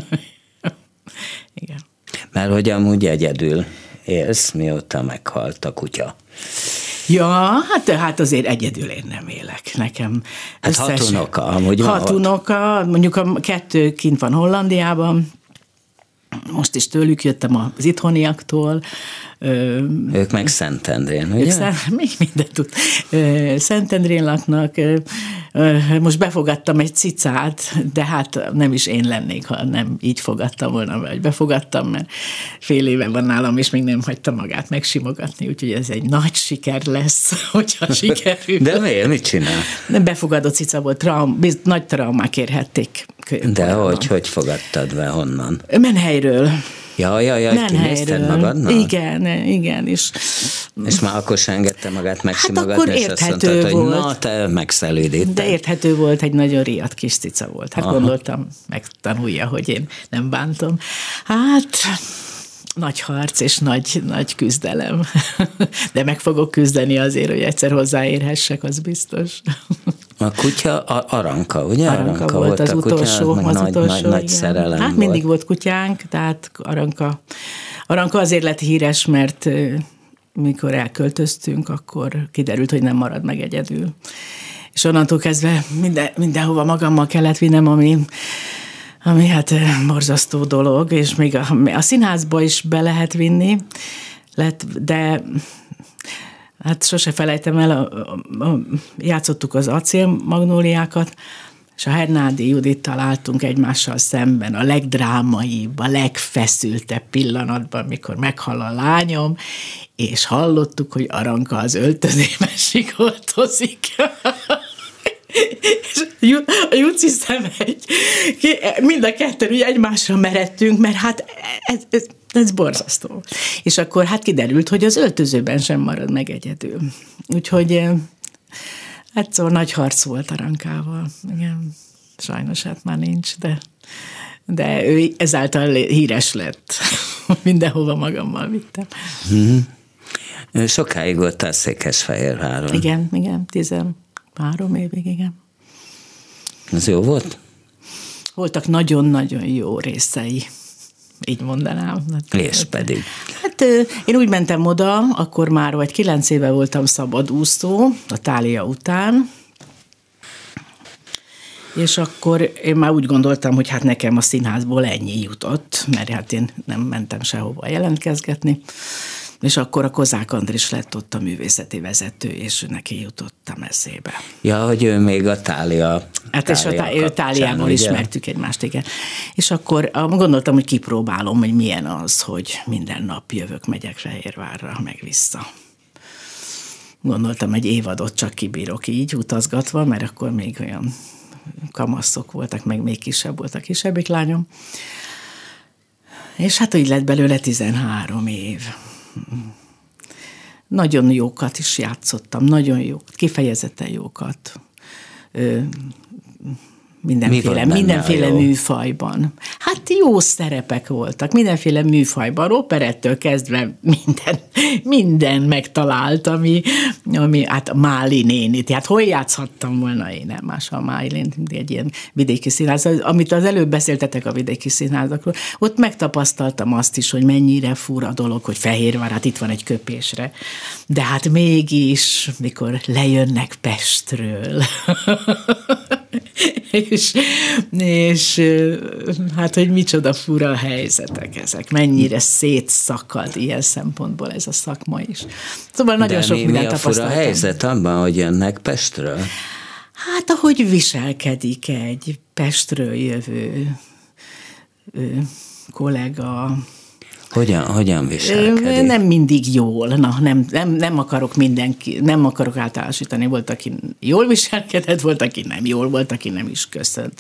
Mert hogy amúgy egyedül élsz, mióta meghalt a kutya. Ja, hát azért egyedül én nem élek. Nekem hát 6 unoka. 6 unoka, mondjuk a 2 kint van Hollandiában, most is tőlük jöttem az itthoniaktól. Ők meg Szentendrén, ugye? Még mindent tud. Szentendrén laknak. Most befogadtam egy cicát, de hát nem is én lennék, ha nem így fogadtam volna, vagy befogadtam, mert fél éve van nálam, és még nem hagyta magát megsimogatni, úgyhogy ez egy nagy siker lesz, hogyha sikerül. De miért? Mit csinál? Nem befogadó cica volt, nagy traumák érhették. De hogy fogadtad be, honnan? Menhelyről. Ja, kinézted magadnak? Igen. És már akkor sem engedte magát megsimogatni, hát akkor és azt mondtad, hogy na, te megszelídíted. De érthető volt, egy nagyon riadt kis cica volt. Hát gondoltam, megtanulja, hogy én nem bántom. Hát nagy harc és nagy küzdelem. De meg fogok küzdeni azért, hogy egyszer hozzáérhessek, az biztos. A kutya Aranka, ugye? Aranka volt az utolsó. Nagy szerelem hát volt. Mindig volt kutyánk, tehát Aranka azért lett híres, mert mikor elköltöztünk, akkor kiderült, hogy nem marad meg egyedül. És onnantól kezdve mindenhova magammal kellett vinnem, ami hát borzasztó dolog, és még a színházba is be lehet vinni, de hát sose felejtem el, játszottuk az acélmagnóliákat, és a Hernádi Judittal álltunk egymással szemben a legdrámaibb, a legfeszültebb pillanatban, mikor meghal a lányom, és hallottuk, hogy Aranka az öltözében sikoltozik. És a Juci szemegy, mind a ketten ugye egymásra meredtünk, mert hát ez borzasztó. És akkor hát kiderült, hogy az öltözőben sem marad meg egyedül. Úgyhogy hát szóval nagy harc volt Arankával. Igen, sajnos hát már nincs, de ő ezáltal híres lett. Mindenhova magammal vittem. Sokáig voltál Székesfehérváron. Igen, 13 évig, igen. Ez jó volt? Voltak nagyon-nagyon jó részei, így mondanám. És pedig? Hát én úgy mentem oda, akkor már vagy 9 éve voltam szabadúszó, a Thália után, és akkor én már úgy gondoltam, hogy hát nekem a színházból ennyi jutott, mert hát én nem mentem sehova jelentkezgetni, és akkor a Kozák Andris lett ott a művészeti vezető, és neki jutottam eszébe. Ja, hogy ő még a Thália. Hát és a Tháliából ismertük egymást, igen. És akkor gondoltam, hogy kipróbálom, hogy milyen az, hogy minden nap megyek Fehérvárra, meg vissza. Gondoltam, egy évadot csak kibírok így utazgatva, mert akkor még olyan kamaszok voltak, meg még kisebb volt a kisebbik lányom. És hát így lett belőle 13 év. Nagyon jókat is játszottam, nagyon jó, kifejezetten jókat. Mindenféle műfajban. Hát jó szerepek voltak, mindenféle műfajban, operettől kezdve minden megtalált, ami hát Máli nénit, hát hol játszhattam volna én nem más a Máli egy ilyen vidéki színház, amit az előbb beszéltetek a vidéki színházakról, ott megtapasztaltam azt is, hogy mennyire fura dolog, hogy Fehérvár, hát itt van egy köpésre, de hát mégis, mikor lejönnek Pestről, és hát, hogy micsoda fura helyzetek ezek, mennyire szétszakad ilyen szempontból ez a szakma is. Szóval nagyon sok mindent tapasztaltam. De mi a fura helyzet abban, hogy jönnek Pestről? Hát, ahogy viselkedik egy Pestről jövő kollega. Hogyan viselkedik? Nem mindig jól. Nem akarok általánosítani. Volt, aki jól viselkedett, volt, aki nem jól, volt, aki nem is köszönt.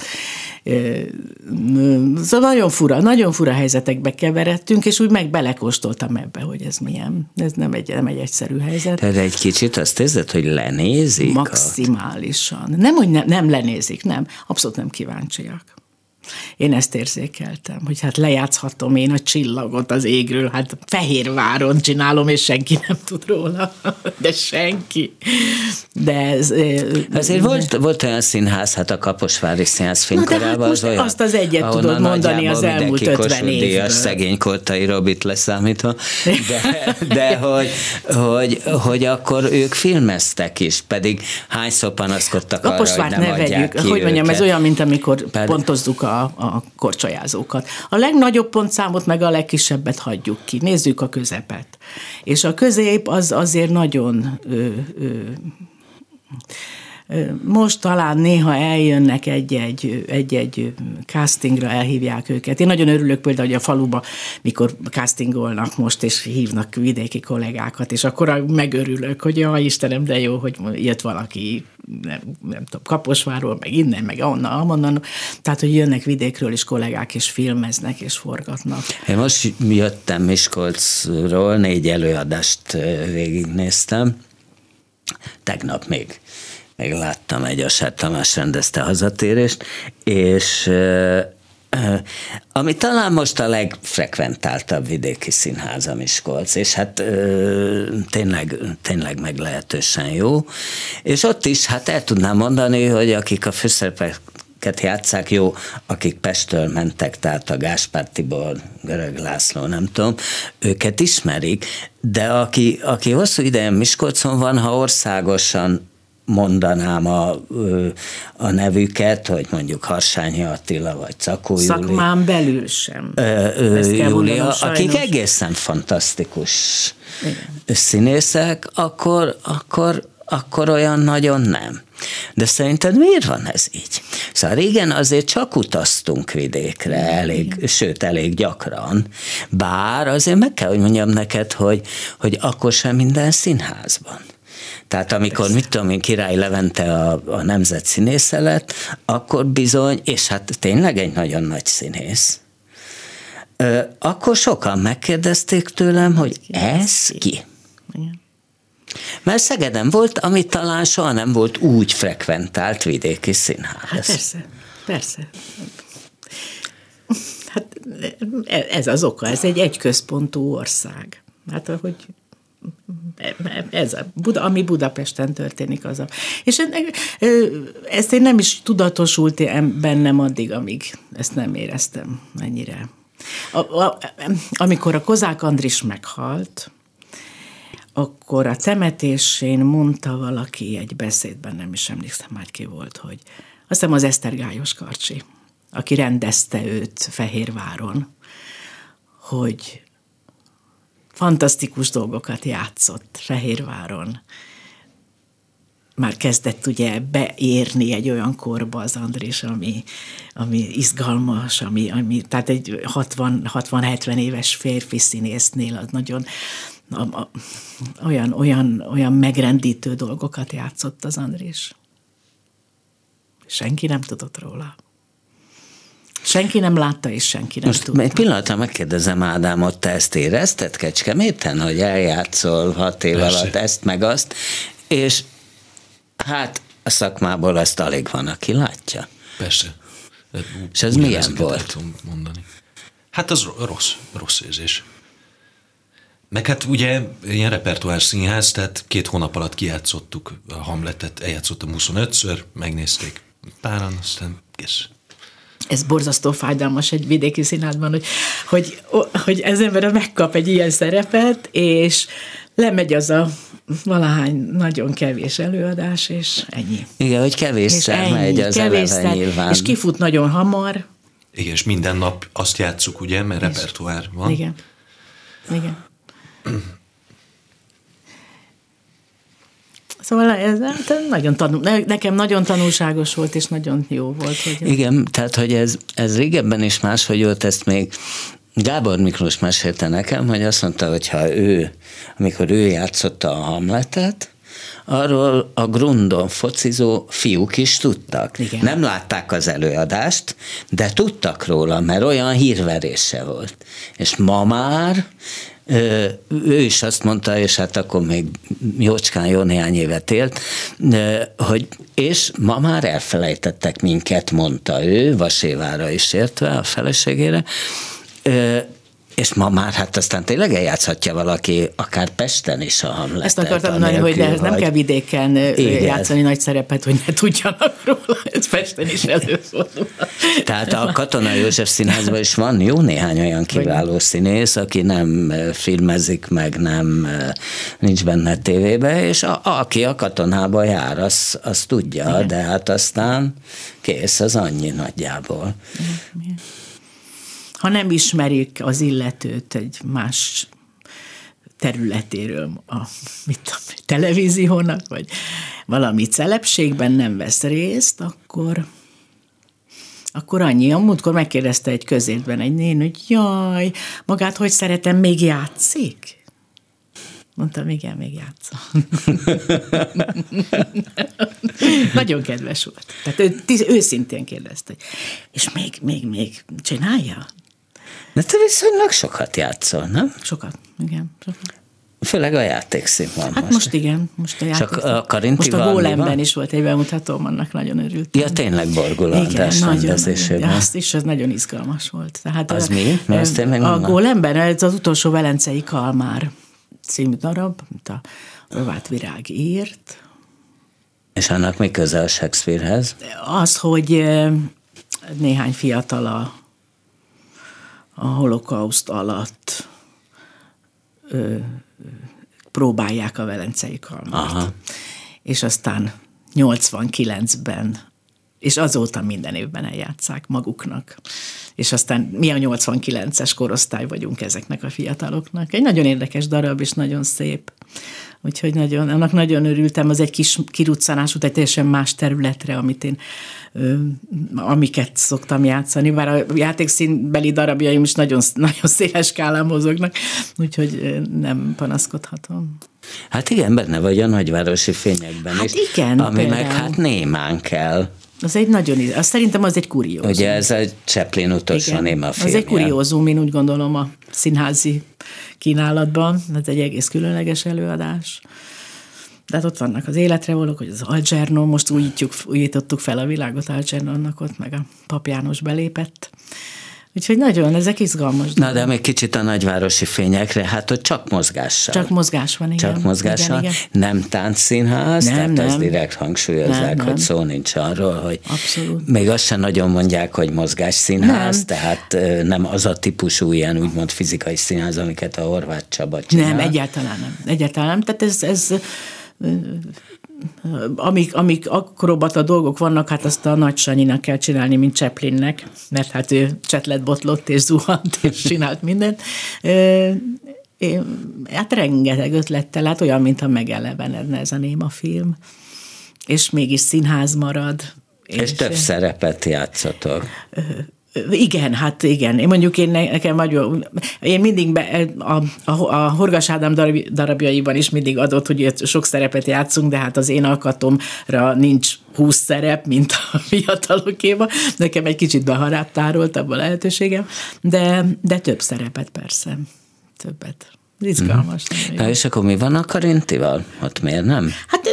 Szóval nagyon fura helyzetekbe keveredtünk, és úgy meg belekóstoltam ebbe, hogy ez milyen. Ez nem egy egyszerű helyzet. Tehát egy kicsit azt érzed, hogy lenézik? Maximálisan. Nem, hogy nem lenézik, nem. Abszolút nem kíváncsiak. Én ezt érzékeltem, hogy hát lejátszhatom én a csillagot az égről, hát Fehérváron csinálom, és senki nem tud róla, de senki. De azért volt olyan színház, hát a Kaposvári Színház fénykorában az olyan, azt az egyet tudod mondani az elmúlt 50 évből. Szegény Koltai Robit leszámítva, de hogy akkor ők filmeztek is, pedig hányszor panaszkodtak arra, hogy nem adják ki hogy mondjam, őket. ez olyan, mint amikor pontozzuk a korcsolyázókat. A legnagyobb pontszámot meg a legkisebbet hagyjuk ki. Nézzük a közepet. És a közép az azért nagyon... Most talán néha eljönnek egy-egy castingra, elhívják őket. Én nagyon örülök például, hogy a faluba, mikor castingolnak most, és hívnak vidéki kollégákat, és akkor megörülök, hogy jaj, Istenem, de jó, hogy jött valaki, nem tudom, Kaposvárról, meg innen, meg onnan. Tehát, hogy jönnek vidékről is kollégák, és filmeznek, és forgatnak. Én most jöttem Miskolcról, 4 előadást végignéztem. Tegnap még láttam, egy Asár Tamás rendezte Hazatérést, és ami talán most a legfrekventáltabb vidéki színház a Miskolc, és hát tényleg meglehetősen jó. És ott is hát el tudnám mondani, hogy akik a főszerepeket játsszák, jó, akik Pesttől mentek, tehát a Gáspár Tibor, Görög László, nem tudom, őket ismerik, de aki hosszú ideje Miskolcon van, ha országosan mondanám a nevüket, hogy mondjuk Harsányi Attila, vagy Czakó Júli. Szakmán belül sem. Júlia, akik egészen fantasztikus színészek, akkor olyan nagyon nem. De szerinted miért van ez így? Szóval régen azért csak utaztunk vidékre, elég gyakran, bár azért meg kell, hogy mondjam neked, hogy akkor sem minden színházban. Tehát amikor, mit tudom én, Király Levente a nemzet színésze lett, akkor bizony, és hát tényleg egy nagyon nagy színész, akkor sokan megkérdezték tőlem, hogy ez ki? Mert Szegeden volt, ami talán soha nem volt úgy frekventált vidéki színház. Hát persze. Hát ez az oka, ez egy egyközpontú ország. Hát ahogy ami Budapesten történik, az a... És ezt én nem is tudatosult bennem addig, amíg ezt nem éreztem ennyire. Amikor a Kozák Andris meghalt, akkor a temetésén mondta valaki egy beszédben, nem is emlékszem már ki volt, hogy azt hiszem az Esztergályos Karcsi, aki rendezte őt Fehérváron, hogy fantasztikus dolgokat játszott Fehérváron. Már kezdett ugye beérni egy olyan korba az Andris, ami izgalmas, tehát egy 60-70 éves férfi színésznél az nagyon olyan megrendítő dolgokat játszott az Andris. Senki nem tudott róla. Senki nem látta, és senki nem tudta. Egy pillanatra megkérdezem Ádámot, te ezt érezted Kecskeméten, hogy eljátszol 6 év alatt ezt meg azt, és hát a szakmából ezt alig van, aki látja. Persze. És ez milyen volt? Mondani. Hát az rossz érzés. Meg hát ugye ilyen repertoár színház, tehát 2 hónap alatt kijátszottuk a Hamletet, eljátszottam 25-ször, megnézték páran, aztán kész. Ez borzasztó fájdalmas egy vidéki színházban, hogy ez ember megkap egy ilyen szerepet, és lemegy az a valahány nagyon kevés előadás, és ennyi. Igen, hogy kevésszer megy az eleve nyilván. És kifut nagyon hamar. Igen, és minden nap azt játsszuk, ugye, mert repertoár van. Igen. Szóval ez nekem nagyon tanulságos volt, és nagyon jó volt. Hogy igen, tehát, hogy ez régebben is máshogy volt, ezt még Gábor Miklós mesélte nekem, hogy azt mondta, hogy amikor ő játszotta a Hamletet, arról a Grundon focizó fiúk is tudtak. Igen. Nem látták az előadást, de tudtak róla, mert olyan hírverése volt. És ma már ő is azt mondta, és hát akkor még jócskán jó néhány évet élt, hogy és ma már elfelejtettek minket, mondta ő, Vasévára is értve, a feleségére, És ma már hát aztán tényleg eljátszhatja valaki, akár Pesten is a Hamletet. Ezt akartam mondani, hogy de nem kell vidéken játszani nagy szerepet, hogy ne tudjanak róla, ez Pesten is előfordul. Tehát a Katona József Színházban is van jó néhány olyan kiváló színész, aki nem filmezik meg, nincs benne tévébe, és aki a Katonába jár, az tudja, igen. De hát aztán kész, az annyi nagyjából. Igen. Ha nem ismerik az illetőt egy más területéről, a televíziónak, vagy valami celebségben nem vesz részt, akkor annyi. A múltkor megkérdezte egy közértben egy nén, hogy jaj, magát hogy szeretem, még játszik? Mondtam, igen, még játszom. Nagyon kedves volt. Tehát ő őszintén kérdezte, és még csinálja? De te viszonylag sokat játszol, nem? Sokat, igen. Sokat. Főleg a játékszínben. Hát most igen, most a játékszínben. Most a Gólemben is volt egy bemutatóm, annak nagyon örültem. Ja, tényleg Borgula András rendezésében. Azt is, az nagyon izgalmas volt. Tehát az mi? A Gólemben, ez az utolsó Velencei Kalmár című darab, amit a Horváth Virág írt. És annak mi köze a Shakespearehez? Az, hogy néhány fiatal a holokauszt alatt próbálják a Velencei Kalmárt. Aha. És aztán 89-ben, és azóta minden évben eljátszák maguknak. És aztán mi a 89-es korosztály vagyunk ezeknek a fiataloknak. Egy nagyon érdekes darab, és nagyon szép. Úgyhogy annak nagyon örültem, az egy kis kiruccanás út egy teljesen más területre, amiket szoktam játszani, bár a játékszínbeli darabjaim is nagyon, nagyon széles skálán mozognak, úgyhogy nem panaszkodhatom. Hát igen, benne vagy a Nagyvárosi Fényekben is, igen, ami például. Meg hát némán kell. Az egy nagyon, szerintem az egy kuriózum. Ugye ez a Chaplin utolsó néma filmje. Az egy kuriózum, én úgy gondolom a színházi kínálatban, ez egy egész különleges előadás. De hát ott vannak az életre valók, hogy az Algernon, most újítottuk fel a világot Algernonnak ott, meg a Pap János belépett. Úgyhogy nagyon, ezek izgalmas. Na, de még kicsit a Nagyvárosi Fényekre, hát ott csak mozgással. Csak mozgás van, igen. Csak mozgással, igen. Nem táncszínház, tehát azt direkt hangsúlyozzák, hogy szó nincs arról, hogy abszolút. Még azt sem nagyon mondják, hogy mozgásszínház, tehát nem az a típusú ilyen úgymond fizikai színház, amiket a Horváth Csaba csinál. Nem, egyáltalán nem. Egyáltalán nem. Tehát ez amik akrobata dolgok vannak, hát azt a Nagy Sanyinak kell csinálni, mint Chaplinnek, mert hát ő csetlet, botlott és zuhant, és csinált mindent. Hát rengeteg ötlettel, hát olyan, mintha megelevenedne ez a néma film, és mégis színház marad. És több szerepet játszatok. Igen, hát igen. Én mindig a Horgas Ádám darabjaiban is mindig adott, hogy sok szerepet játszunk, de hát az én alkatomra nincs 20 szerep, mint a fiatalokéban. Nekem egy kicsit beharaptárolt abban a lehetőségem, de több szerepet persze. Többet. Izgalmas. Na, és akkor mi van a Karintival? Ott miért nem? Hát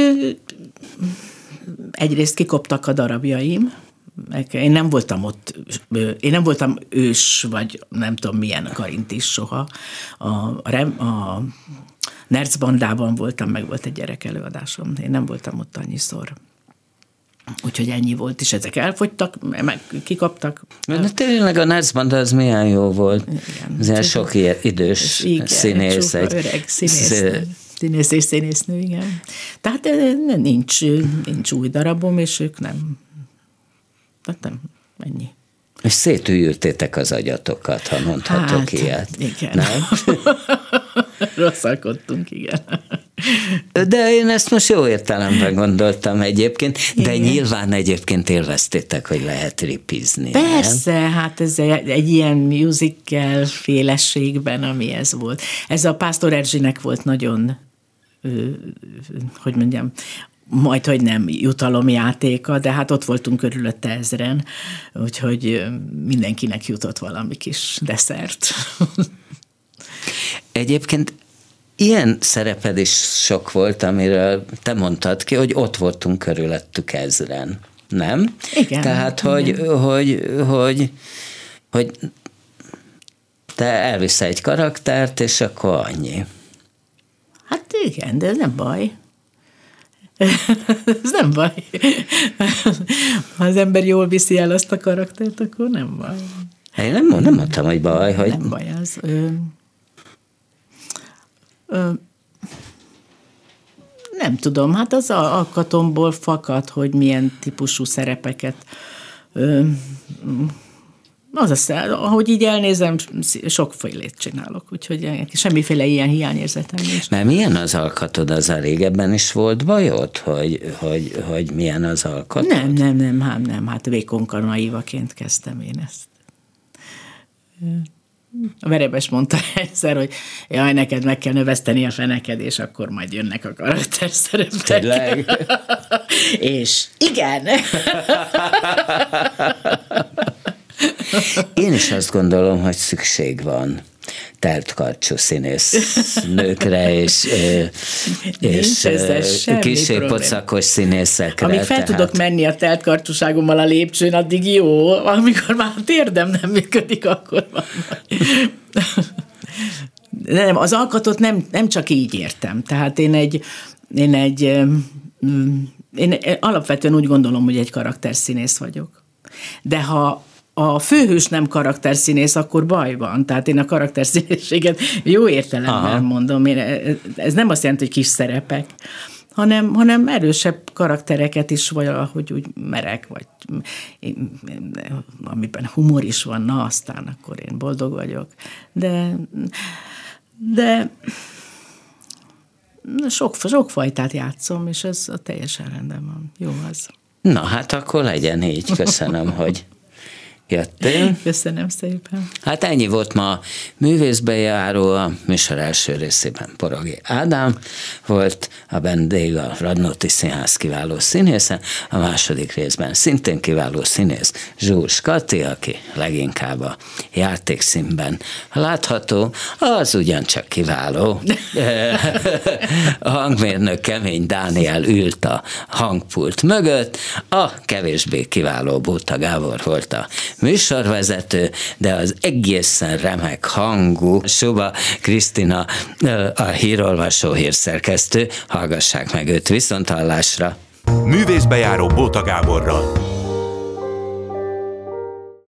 egyrészt kikoptak a darabjaim. Én nem voltam ott, én nem voltam ős, vagy nem tudom milyen Karintis soha. A Nerc bandában voltam, meg volt egy gyerekelőadásom. Én nem voltam ott annyiszor. Úgyhogy ennyi volt, és ezek elfogytak, meg kikaptak. De tényleg a Nerc banda az milyen jó volt. Igen. Sok idős igen, színész. Öreg színész és színésznő, igen. Tehát nincs új darabom, és ők nem. Tehát nem, ennyi. És szétüljültétek az agyatokat, ha mondhatok ilyet. Igen. Nem? Rosszalkodtunk, igen. De én ezt most jó értelemben gondoltam egyébként, de igen. Nyilván egyébként élveztétek, hogy lehet ripizni. Persze, nem? Hát ez egy ilyen musical féleségben, ami ez volt. Ez a Pásztor Erzsinek volt nagyon, hogy mondjam, majdhogy nem jutalomjátéka, de hát ott voltunk körülötte 1000-en, úgyhogy mindenkinek jutott valami kis desszert. Egyébként ilyen szereped is sok volt, amiről te mondtad ki, hogy ott voltunk körülöttük 1000-en, nem? Igen. Tehát, igen. hogy te elvisz egy karaktert, és akkor annyi. Hát igen, de ez nem baj. Ez nem baj. Ha az ember jól viszi el azt a karaktert, akkor nem baj. Én nem mondtam, hogy baj. Hogy... Nem baj az. Nem tudom, hát az alkatomból fakad, hogy milyen típusú szerepeket ahogy így elnézem, sokfélét csinálok, úgyhogy semmiféle ilyen hiányérzetem nincs. Mert milyen az alkatod, az a régebben is volt bajod, hogy milyen az alkatod? Nem, hát vékonka naivaként kezdtem én ezt. A Verebes mondta egyszer, hogy jaj, neked meg kell növeszteni a feneked, és akkor majd jönnek a karakterszerepek. Tényleg? És igen! Én is azt gondolom, hogy szükség van teltkarcsú színésznőkre, és kissé pocakos színészekre. Amíg fel tudok menni a teltkarcsúságommal a lépcsőn, addig jó. Amikor már a térdem nem működik, akkor van. Nem, az alkatot nem csak így értem. Tehát én alapvetően úgy gondolom, hogy egy karakterszínész vagyok. De ha a főhős nem karakterszínész, akkor baj van. Tehát én a karakterszínészséget jó értelemben mondom. Ez nem azt jelenti, hogy kis szerepek, hanem erősebb karaktereket is valahogy úgy merek, vagy amiben humor is van, na aztán akkor én boldog vagyok. De sok fajtát játszom, és ez teljesen rendben van. Jó az. Na hát akkor legyen így. Köszönöm, hogy jöttél. Köszönöm szépen. Hát ennyi volt ma művészbejáró, a műsor első részében Porogi Ádám volt, a vendég a Radnóti Színház kiváló színésze, a második részben szintén kiváló színész Zsúrs Kati, aki leginkább a játékszínben látható, az ugyancsak kiváló. A hangmérnök Kemény Dániel ült a hangpult mögött, a kevésbé kiváló Bóta Gábor volt a műsorvezető, de az egészen remek hangú Suba Krisztina a hírolvasó hírszerkesztő. Hallgassák meg őt viszonthallásra. Művészbejáró Bóta Gáborral.